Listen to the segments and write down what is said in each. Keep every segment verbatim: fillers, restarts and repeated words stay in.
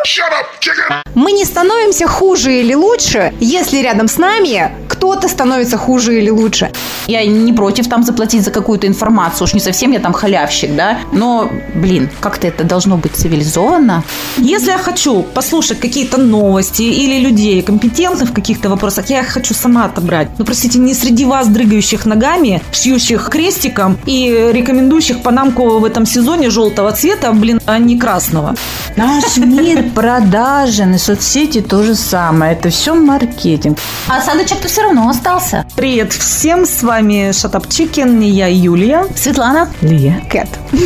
Мы не становимся хуже или лучше, если рядом с нами кто-то становится хуже или лучше. Я не против там заплатить за какую-то информацию, уж не совсем я там халявщик, да, но, блин, как-то это должно быть цивилизованно. Если я хочу послушать какие-то новости или людей компетентных в каких-то вопросах, я их хочу сама отобрать. Ну, простите, не среди вас, дрыгающих ногами, шьющих крестиком и рекомендующих панамку в этом сезоне желтого цвета, блин, а не красного. Наш мир продажен, и соцсети то же самое. Это все маркетинг. А осадочек-то все равно остался. Привет всем, с вами Shut Up Chicken, и я Юлия. Светлана. Лия. Кэт.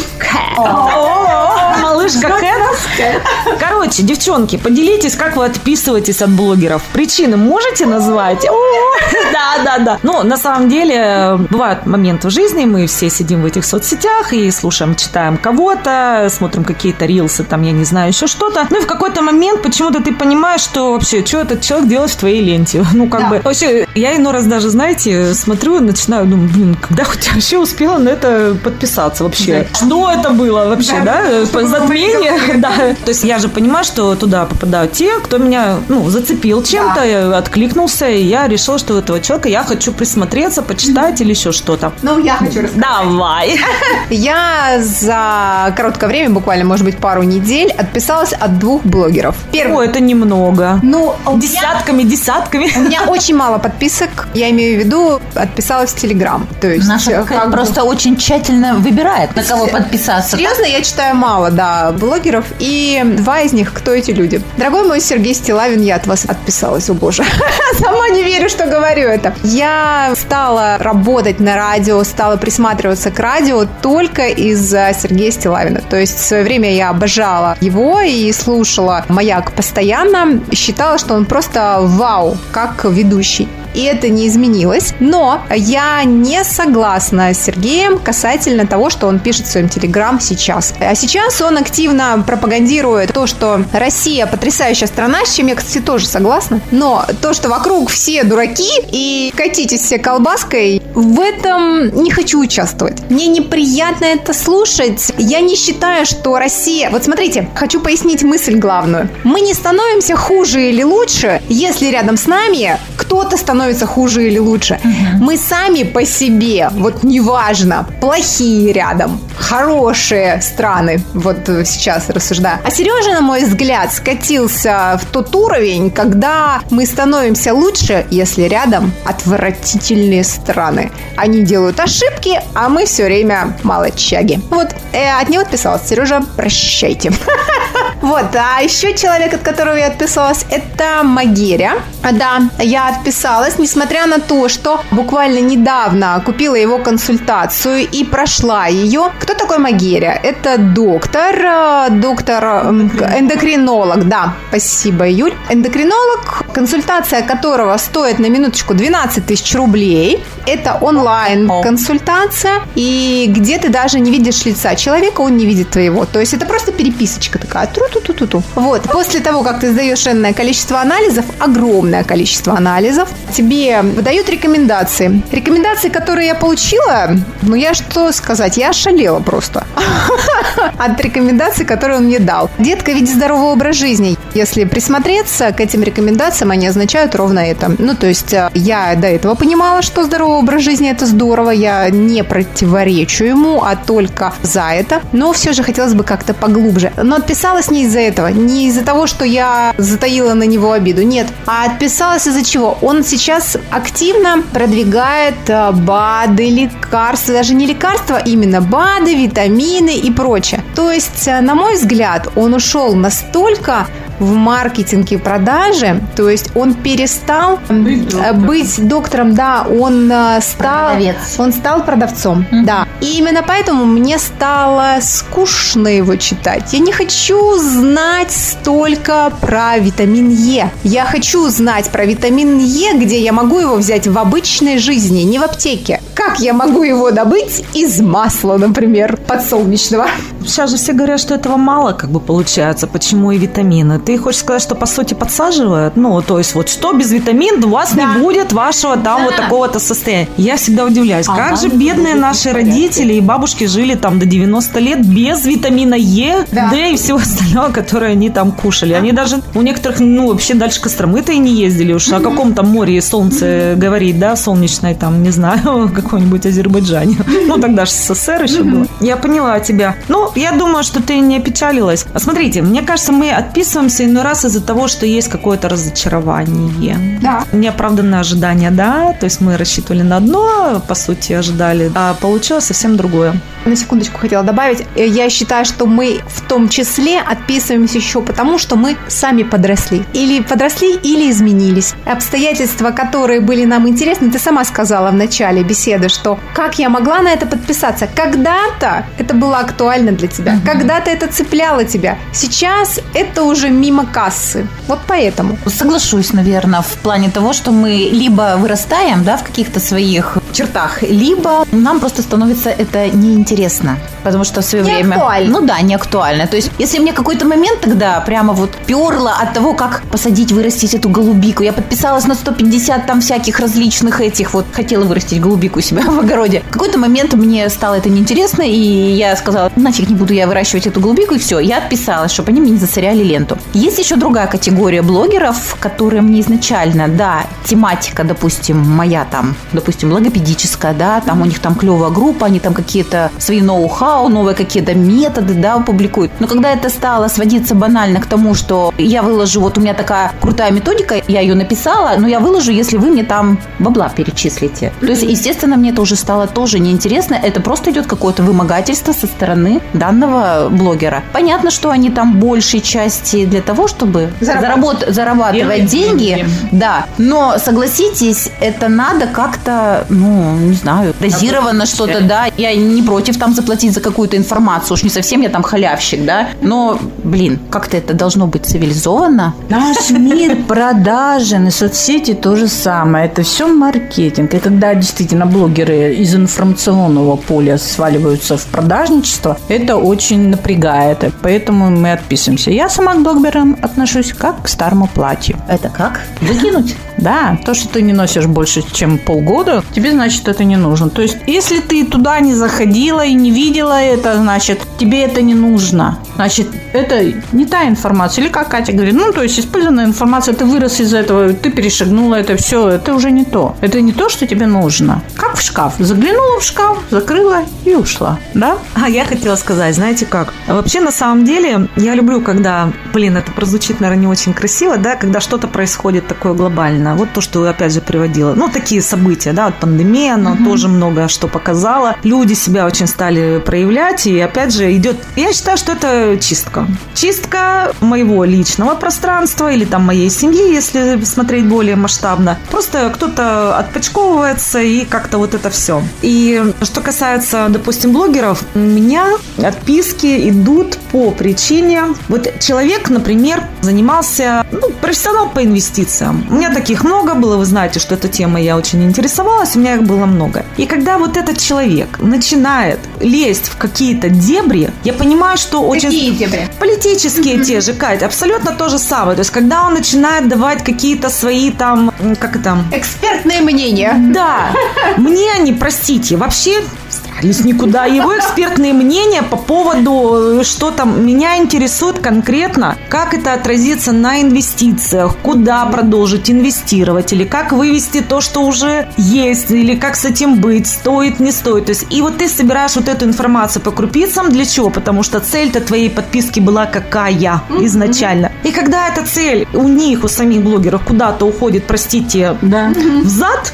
Малышка Кэт. Короче, девчонки, поделитесь, как вы отписываетесь от блогеров. Причины можете назвать? Да, да, да. Ну, на самом деле, бывают моменты в жизни, мы все сидим в этих соцсетях и слушаем, читаем кого-то, смотрим какие-то рилсы, там, я не знаю, еще что-то. Ну, и в какой-то момент почему-то ты понимаешь, что вообще, что этот человек делает в твоей ленте. Ну, как да. бы, вообще, я иной раз даже, знаете, смотрю и начинаю, думаю, блин, когда хоть вообще успела на это подписаться вообще? Да. Что это было вообще, да? да? Затмение? Да. То есть я же понимаю, что туда попадают те, кто меня, ну, зацепил чем-то, да. откликнулся, и я решила, что у этого человека я хочу присмотреться, почитать mm-hmm. или еще что-то. Ну, я хочу рассказать. Давай. Я за короткое время, буквально, может быть, пару недель, отписалась от двух блогеров. Первый. О, это немного. Ну, десятками, меня... десятками. У меня очень мало подписок. Я имею в виду, отписалась в Телеграм. То есть наша как просто бы... очень тщательно выбирает, на кого подписаться. Серьезно, я читаю мало, да, блогеров. И два из них, кто эти люди? Дорогой мой Сергей Стилавин, я от вас отписалась, о боже. Сама не верю, что говорю это. Я стала работать на радио, стала присматриваться к радио только из-за Сергея Стилавина. То есть в свое время я обожала его и слушала «Маяк» постоянно. Считала, что он просто вау, как ведущий. И это не изменилось. Но я не согласна с Сергеем касательно того, что он пишет в своем Телеграм сейчас. А сейчас он активно пропагандирует то, что Россия потрясающая страна, с чем я, кстати, тоже согласна. Но то, что вокруг все дураки и катитесь все колбаской, в этом не хочу участвовать. Мне неприятно это слушать. Я не считаю, что Россия... Вот смотрите, хочу пояснить мысль главную. Мы не становимся хуже или лучше, если рядом с нами кто-то становится хуже или лучше. Угу. Мы сами по себе, вот неважно, плохие рядом, хорошие страны, вот сейчас рассуждаю. А Сережа, на мой взгляд, скатился в тот уровень, когда мы становимся лучше, если рядом отвратительные страны. Они делают ошибки, а мы все время молодчаги. Вот, э, от него отписалась. Сережа, прощайте. Вот, а еще человек, от которого я отписалась, это Магеря. Да, я отписалась, несмотря на то, что буквально недавно купила его консультацию и прошла ее. Кто такой Магеря? Это доктор, доктор, эндокринолог, да, спасибо, Юль. Эндокринолог, консультация которого стоит на минуточку двенадцать тысяч рублей. Это онлайн-консультация, и где ты даже не видишь лица человека, он не видит твоего. То есть это просто переписочка такая. Тру-ту-ту-ту-ту. Вот. После того, как ты сдаешь энное количество анализов, огромное количество анализов, тебе выдают рекомендации. Рекомендации, которые я получила, ну я что сказать, я ошалела просто от рекомендаций, которые он мне дал. Детка, веди здоровый образ жизни. Если присмотреться к этим рекомендациям, они означают ровно это. Ну, то есть я до этого понимала, что здоровый образ жизни – это здорово, я не противоречу ему, а только за это. Но все же хотелось бы как-то поглубже. Но отписалась не из-за этого, не из-за того, что я затаила на него обиду, нет. А отписалась из-за чего? Он сейчас активно продвигает БАДы, лекарства, даже не лекарства, именно БАДы, витамины и прочее. То есть, на мой взгляд, он ушел настолько в маркетинге и продаже, то есть он перестал быть доктором, быть доктором да, он стал, он стал продавцом, mm-hmm. да. И именно поэтому мне стало скучно его читать. Я не хочу знать столько про витамин Е. Я хочу знать про витамин Е, где я могу его взять в обычной жизни, не в аптеке. Как я могу его добыть из масла, например, подсолнечного? Сейчас же все говорят, что этого мало, как бы получается. Почему и витамины? Ты хочешь сказать, что по сути подсаживают? Ну, то есть вот что без витамин у вас да. не будет вашего там да. вот такого-то состояния. Я всегда удивляюсь, а как же бедные наши родители и бабушки жили там до девяноста лет без витамина Е, да. Д и всего остального, которое они там кушали. Они даже у некоторых, ну, вообще дальше Костромы-то и не ездили уж. О каком там море солнце говорить, да, солнечное там, не знаю, какой-нибудь Азербайджане. Ну, тогда же СССР еще было. Я поняла тебя. Ну, я думаю, что ты не опечалилась. Смотрите, мне кажется, мы отписываемся иной раз из-за того, что есть какое-то разочарование. Да. Неоправданное ожидание, да. То есть мы рассчитывали на одно, по сути, ожидали, а получилось совсем другое. На секундочку хотела добавить. Я считаю, что мы в том числе отписываемся еще потому, что мы сами подросли. Или подросли, или изменились. Обстоятельства, которые были нам интересны, ты сама сказала в начале беседы, что как я могла на это подписаться? Когда-то это было актуально для тебя. Uh-huh. Когда-то это цепляло тебя. Сейчас это уже мимо кассы. Вот поэтому. Соглашусь, наверное, в плане того, что мы либо вырастаем, да, в каких-то своих чертах, либо нам просто становится это неинтересно. Потому что в свое не время... актуально. Ну да, не актуально. То есть, если мне какой-то момент тогда прямо вот перло от того, как посадить, вырастить эту голубику. Я подписалась на сто пятьдесят там всяких различных этих вот. Хотела вырастить голубику у себя в огороде. В какой-то момент мне стало это неинтересно, и я сказала, нафиг не буду я выращивать эту голубику, и все. Я отписалась, чтобы они мне не засоряли ленту. Есть еще другая категория блогеров, которые мне изначально, да, тематика, допустим, моя там, допустим, логопедическая, да, там у них там клевая группа, они там какие-то свои ноу-хау, новые какие-то методы, да, публикуют. Но когда это стало сводиться банально к тому, что я выложу, вот у меня такая крутая методика, я ее написала, но я выложу, если вы мне там бабла перечислите. То есть, естественно, мне это уже стало тоже неинтересно. Это просто идет какое-то вымогательство со стороны данного блогера. Понятно, что они там большей части для того, чтобы заработ... зарабатывать деньги, деньги, да. Но, согласитесь, это надо как-то, ну, не знаю, дозированно что-то, да. Я не против там заплатить за какую-то информацию. Уж не совсем я там халявщик, да. Но, блин, как-то это должно быть цивилизованно. Наш мир продажен, и соцсети то же самое. Это все маркетинг. И когда действительно блогеры из информационного поля сваливаются в продажничество, это очень напрягает. Поэтому мы отписываемся. Я сама к блогерам отношусь как к старому платью. Это как? Выкинуть? Да, то, что ты не носишь больше, чем полгода, тебе, значит, это не нужно. То есть, если ты туда не заходила и не видела это, значит, тебе это не нужно. Значит, это не та информация. Или как Катя говорит, ну, то есть, использованная информация, ты вырос из этого, ты перешагнула это все, это уже не то. Это не то, что тебе нужно. Как в шкаф. Заглянула в шкаф, закрыла и ушла, да? А я хотела сказать, знаете как? Вообще, на самом деле, я люблю, когда, блин, это прозвучит, наверное, не очень красиво, да, когда что-то происходит такое глобальное. Вот то, что, опять же, приводила. Ну, такие события, да, вот пандемия, она uh-huh. тоже много что показала. Люди себя очень стали проявлять, и, опять же, идет... Я считаю, что это чистка. Чистка моего личного пространства или там моей семьи, если смотреть более масштабно. Просто кто-то отпочковывается, и как-то вот это все. И что касается, допустим, блогеров, у меня отписки идут по причине... Вот человек, например, занимался, ну, профессионал по инвестициям. У меня таких много было, вы знаете, что эта тема я очень интересовалась, у меня их было много. И когда вот этот человек начинает лезть в какие-то дебри, я понимаю, что очень... Какие дебри? Политические те же, Кать, абсолютно то же самое. То есть, когда он начинает давать какие-то свои там, как это... Экспертные мнения. Да. Мне они, простите, вообще... никуда. Его экспертные мнения по поводу, что там, меня интересует конкретно, как это отразится на инвестициях, куда продолжить инвестировать, или как вывести то, что уже есть, или как с этим быть, стоит, не стоит. То есть, и вот ты собираешь вот эту информацию по крупицам, для чего? Потому что цель-то твоей подписки была какая изначально. И когда эта цель у них, у самих блогеров куда-то уходит, простите, да. взад,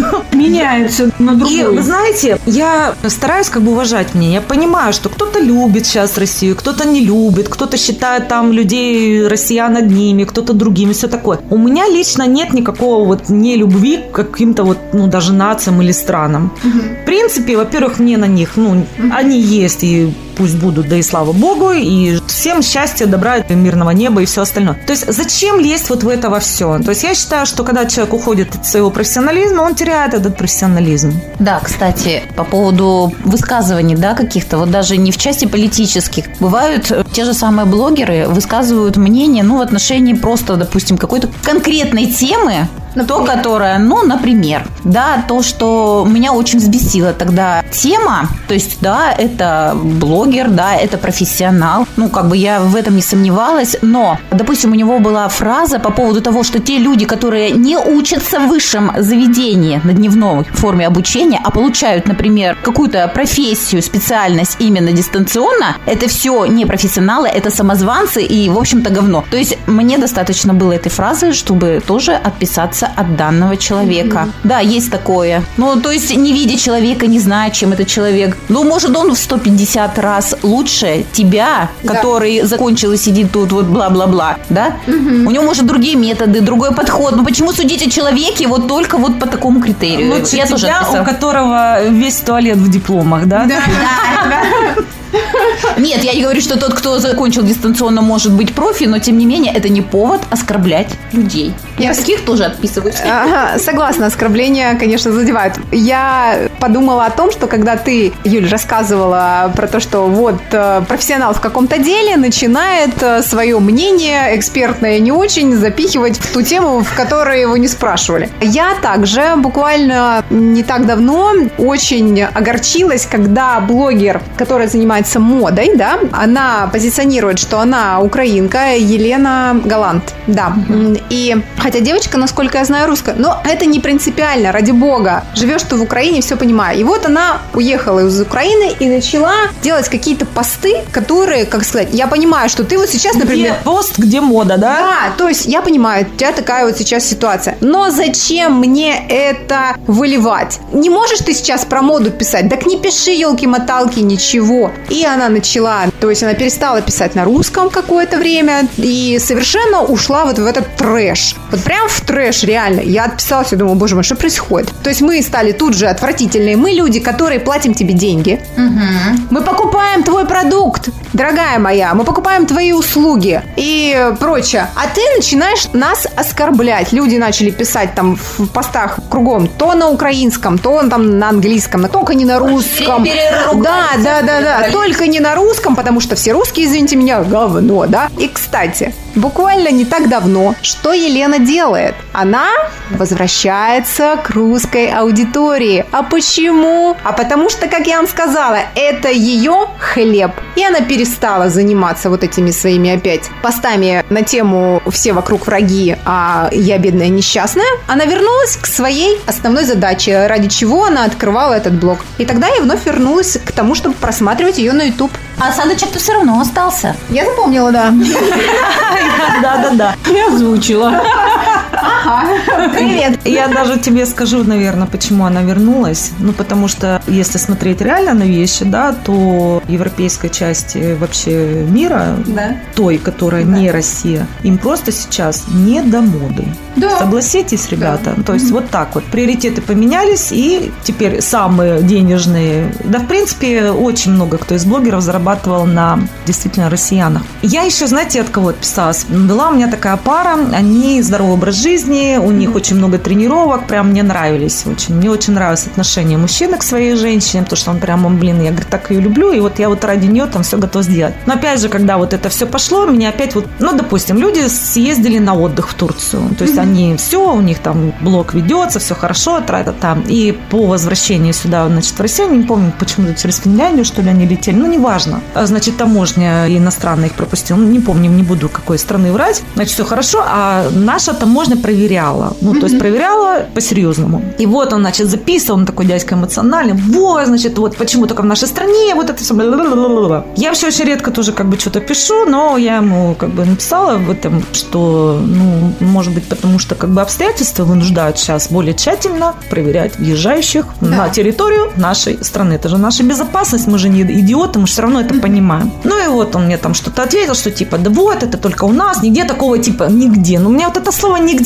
меняется на другую. И вы знаете, я стараюсь как бы уважать мнение. Я понимаю, что кто-то любит сейчас Россию, кто-то не любит, кто-то считает там людей, россиян одними, кто-то другими, все такое. У меня лично нет никакого вот нелюбви к каким-то вот, ну, даже нациям или странам. Угу. В принципе, во-первых, мне на них, ну, угу. они есть и пусть будут, да и слава богу, и всем счастья, добра, мирного неба и все остальное. То есть зачем лезть вот в это во все? То есть я считаю, что когда человек уходит от своего профессионализма, он теряет этот этот профессионализм. Да, кстати, по поводу высказываний, да, каких-то, вот даже не в части политических. Бывают те же самые блогеры высказывают мнение, ну, в отношении просто, допустим, какой-то конкретной темы, то, которая, ну, например, да, то, что меня очень взбесило тогда тема, то есть, да, это блогер, да, это профессионал, ну, как бы я в этом не сомневалась, но, допустим, у него была фраза по поводу того, что те люди, которые не учатся в высшем заведении на дневной форме обучения, а получают, например, какую-то профессию, специальность именно дистанционно, это все не профессионалы, это самозванцы и, в общем-то, говно. То есть, мне достаточно было этой фразы, чтобы тоже отписаться от данного человека. Mm-hmm. Да, есть такое. Ну, то есть, не видя человека, не зная, чем этот человек. Ну, может, он в сто пятьдесят раз лучше тебя, да, который закончил и сидит тут вот бла-бла-бла, да? Mm-hmm. У него, может, другие методы, другой подход. Ну, почему судить о человеке вот только вот по такому критерию? Лучше Я тебя, тоже у которого весь туалет в дипломах, да? Да. Нет, я не говорю, что тот, кто закончил дистанционно, может быть профи, но тем не менее это не повод оскорблять людей. Я таких тоже отписываюсь. Ага, согласна, оскорбления, конечно, задевают. Я подумала о том, что когда ты, Юль, рассказывала про то, что вот профессионал в каком-то деле начинает свое мнение, экспертное не очень, запихивать в ту тему, в которой его не спрашивали. Я также буквально не так давно очень огорчилась, когда блогер, который занимается модой, да, она позиционирует, что она украинка, Елена Галант, да. Mm-hmm. И хотя девочка, насколько я знаю, русская, но это не принципиально, ради бога. Живешь ты в Украине, все понимаю. И вот она уехала из Украины и начала делать какие-то посты, которые, как сказать, я понимаю, что ты вот сейчас, например... Где пост, где мода, да? Да, то есть я понимаю, у тебя такая вот сейчас ситуация. Но зачем мне это выливать? Не можешь ты сейчас про моду писать? Так не пиши, елки-моталки, ничего. И она начала, то есть она перестала писать на русском какое-то время и совершенно ушла вот в этот трэш. Вот прям в трэш, реально. Я отписалась и думаю, боже мой, что происходит? То есть мы стали тут же отвратительные. Мы люди, которые платим тебе деньги. Угу. Мы покупаем твой продукт, дорогая моя. Мы покупаем твои услуги и прочее. А ты начинаешь нас оскорблять. Люди начали писать там в постах кругом то на украинском, то там на английском, но только не на русском. Да, да, да, да. Только не на русском, потому что все русские, извините меня, говно, да? И, кстати, буквально не так давно, что Елена делает? Она возвращается к русской аудитории. А почему? А потому что, как я вам сказала, это ее хлеб. И она перестала заниматься вот этими своими опять постами на тему «все вокруг враги, а я бедная несчастная». Она вернулась к своей основной задаче, ради чего она открывала этот блог. И тогда я вновь вернулась к тому, чтобы просматривать ее на YouTube. А осадочек-то все равно остался. Я запомнила, да. Да-да-да. Я озвучила. Ага. Привет. Я даже тебе скажу, наверное, почему она вернулась. Ну, потому что, если смотреть реально на вещи, да, то европейской части вообще мира, да, той, которая да. не Россия, им просто сейчас не до моды. Да. Согласитесь, ребята? Да. То есть, mm-hmm. вот так вот. Приоритеты поменялись, и теперь самые денежные... Да, в принципе, очень много кто из блогеров зарабатывал на действительно россиянах. Я еще, знаете, от кого отписалась? Была у меня такая пара, они здоровый образ жизни, у них mm-hmm. очень много тренировок, прям мне нравились очень. Мне очень нравилось отношение мужчины к своей женщине, потому что он прям, блин, я, говорит, так ее люблю, и вот я вот ради нее там все готов сделать. Но опять же, когда вот это все пошло, меня опять вот, ну, допустим, люди съездили на отдых в Турцию, то есть mm-hmm. они все, у них там блог ведется, все хорошо, тра-та-та. И по возвращении сюда, значит, в Россию, не помню, почему-то через Финляндию, что ли, они летели, ну, неважно. Значит, таможня иностранная их пропустила, ну, не помню, не буду какой страны врать, значит, все хорошо, а наша таможня проверяла, ну, то есть проверяла по-серьезному. И вот он, значит, записывал, он такой дядька эмоциональный, вот, значит, вот почему только в нашей стране, вот это все, бла-бла-бла-бла. Я вообще очень редко тоже как бы что-то пишу, но я ему как бы написала в этом, что, ну, может быть, потому что как бы обстоятельства вынуждают сейчас более тщательно проверять въезжающих да. на территорию нашей страны. Это же наша безопасность, мы же не идиоты, мы же все равно это понимаем. Ну и вот он мне там что-то ответил, что типа, да вот, это только у нас, нигде такого типа, нигде. Ну, у меня вот это слово «нигде»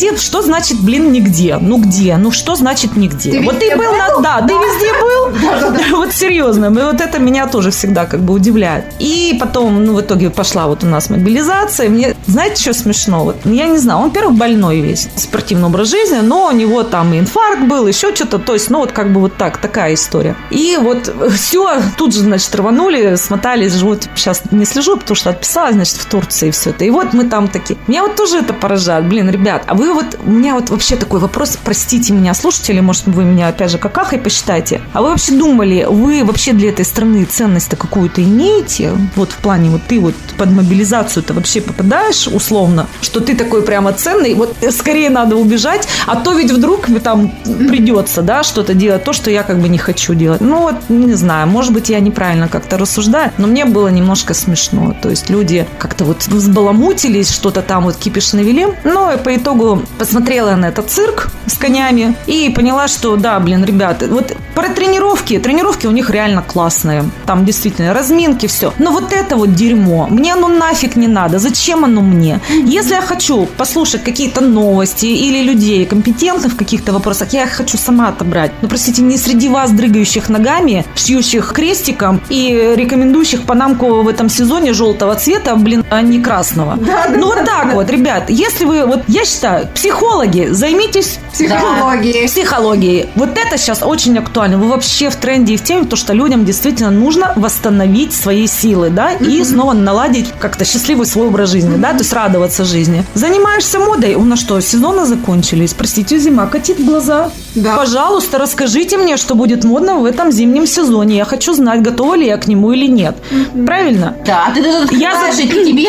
нигде, что значит, блин, нигде? Ну где? Ну что значит нигде? Ты вот ты везде был, был? на... да, ты везде был? Вот серьезно, и вот это меня тоже всегда как бы удивляет. И потом, ну в итоге пошла вот у нас мобилизация. Мне, знаете, что смешно? Вот, я не знаю, он, во-первых, больной весь, спортивный образ жизни, но у него там и инфаркт был, еще что-то, то есть, ну вот как бы вот так, такая история. И вот все, тут же, значит, рванули, смотались же, вот сейчас не слежу, потому что отписалась, значит, в Турции и все это. И вот мы там такие. Меня вот тоже это поражает. Блин, ребят, а вы вот, у меня вот вообще такой вопрос, простите меня, слушатели, может, вы меня опять же какахой посчитаете. А вы вообще думали, вы вообще для этой страны ценность-то какую-то имеете? Вот в плане, вот ты вот под мобилизацию-то вообще попадаешь условно, что ты такой прямо ценный, вот скорее надо убежать, а то ведь вдруг там придется, да, что-то делать, то, что я как бы не хочу делать. Ну вот, не знаю, может быть, я неправильно как-то рассуждаю, но мне было немножко смешно. То есть люди как-то вот взбаламутились, что-то там вот кипиш навели. Но по итогу посмотрела на этот цирк с конями и поняла, что да, блин, ребята, вот про тренировки, тренировки у них реально классные. Там действительно разминки, все. Но вот это вот дерьмо, мне оно нафиг не надо. Зачем оно мне? Если я хочу послушать какие-то новости или людей компетентных в каких-то вопросах, я их хочу сама отобрать. Ну, простите, не среди вас, дрыгающих ногами, шьющих крестиком и рекомендующих панамку в этом сезоне желтого цвета, блин, а не красного. Да, ну, да, вот так да. вот, ребят, если вы, вот я считаю, психологи, займитесь психологией. Да, психологией. Вот это сейчас очень актуально. Вы вообще в тренде и в теме, то, что людям действительно нужно восстановить свои силы, да, mm-hmm. и снова наладить как-то счастливый свой образ жизни, mm-hmm. да, то есть радоваться жизни. Занимаешься модой, у нас что, сезоны закончились? Простите, зима катит в глаза. Да. Пожалуйста, расскажите мне, что будет модно в этом зимнем сезоне. Я хочу знать, готова ли я к нему или нет. Mm-hmm. Правильно? Да, ты тут я за... тебе.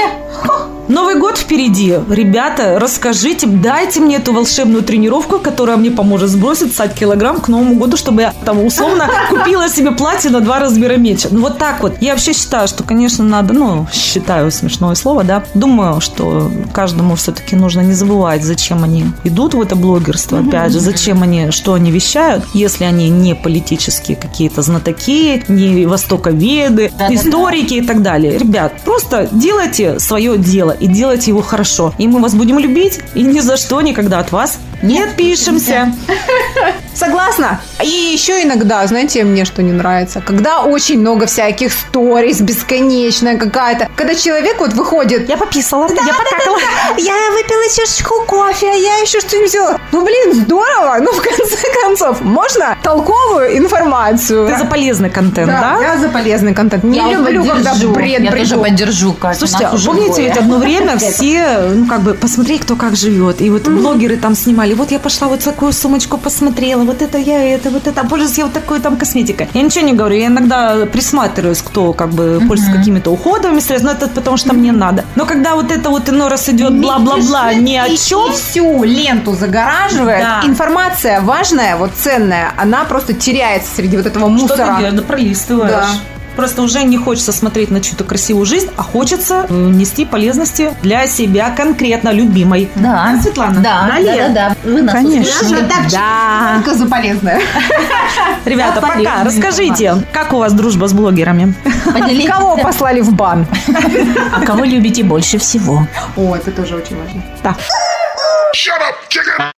Новый год впереди. Ребята, расскажите, дайте мне эту волшебную тренировку, которая мне поможет сбросить сать килограмм к Новому году, чтобы я там условно купила себе платье на два размера меньше. Ну вот так вот. Я вообще считаю, что, конечно, надо, ну, считаю смешное слово, да. Думаю, что каждому все-таки нужно не забывать, зачем они идут в это блогерство. Опять же, зачем они, что они вещают, если они не политические какие-то знатоки, не востоковеды, историки и так далее. Ребят, просто делайте свое дело и делайте его хорошо. И мы вас будем любить, и ни за что никогда от вас не отпишемся. Согласна. И еще иногда, знаете, мне что не нравится, когда очень много всяких сториз, бесконечная какая-то. Когда человек вот выходит... Я пописала, да, я покакала. Да, да, да. Я выпила чашечку кофе, а я еще что-нибудь взяла. Ну, блин, здорово. Ну, в конце концов, можно толковую информацию. Ты за полезный контент, да? Да, я за полезный контент. Не я люблю, когда бред Я бреду. тоже поддержу, Катя. Слушайте, помните, ведь одно время все, ну, как бы, посмотри, кто как живет. И вот блогеры там снимали. Вот я пошла вот такую сумочку посмотрела, вот это я, это, вот это. Пользуюсь я вот такой там косметикой. Я ничего не говорю, я иногда присматриваюсь, кто как бы uh-huh. пользуется какими-то уходовыми средствами, но это потому что мне надо. Но когда вот это вот иной раз идет бла-бла-бла, ни о чем. И всю ленту загораживает. Да. Информация важная, вот ценная, она просто теряется среди вот этого мусора. Что ты делаешь? Да пролистываешь. Да. Просто уже не хочется смотреть на чью-то красивую жизнь, а хочется нести полезности для себя конкретно любимой. Да. Светлана? Да, да, да, да, да. Вы нас Конечно. Да. Только за полезное. Ребята, да, пока. Расскажите, как у вас дружба с блогерами? Кого послали в бан? А кого любите больше всего? О, это тоже очень важно. Да. Shut up, chicken!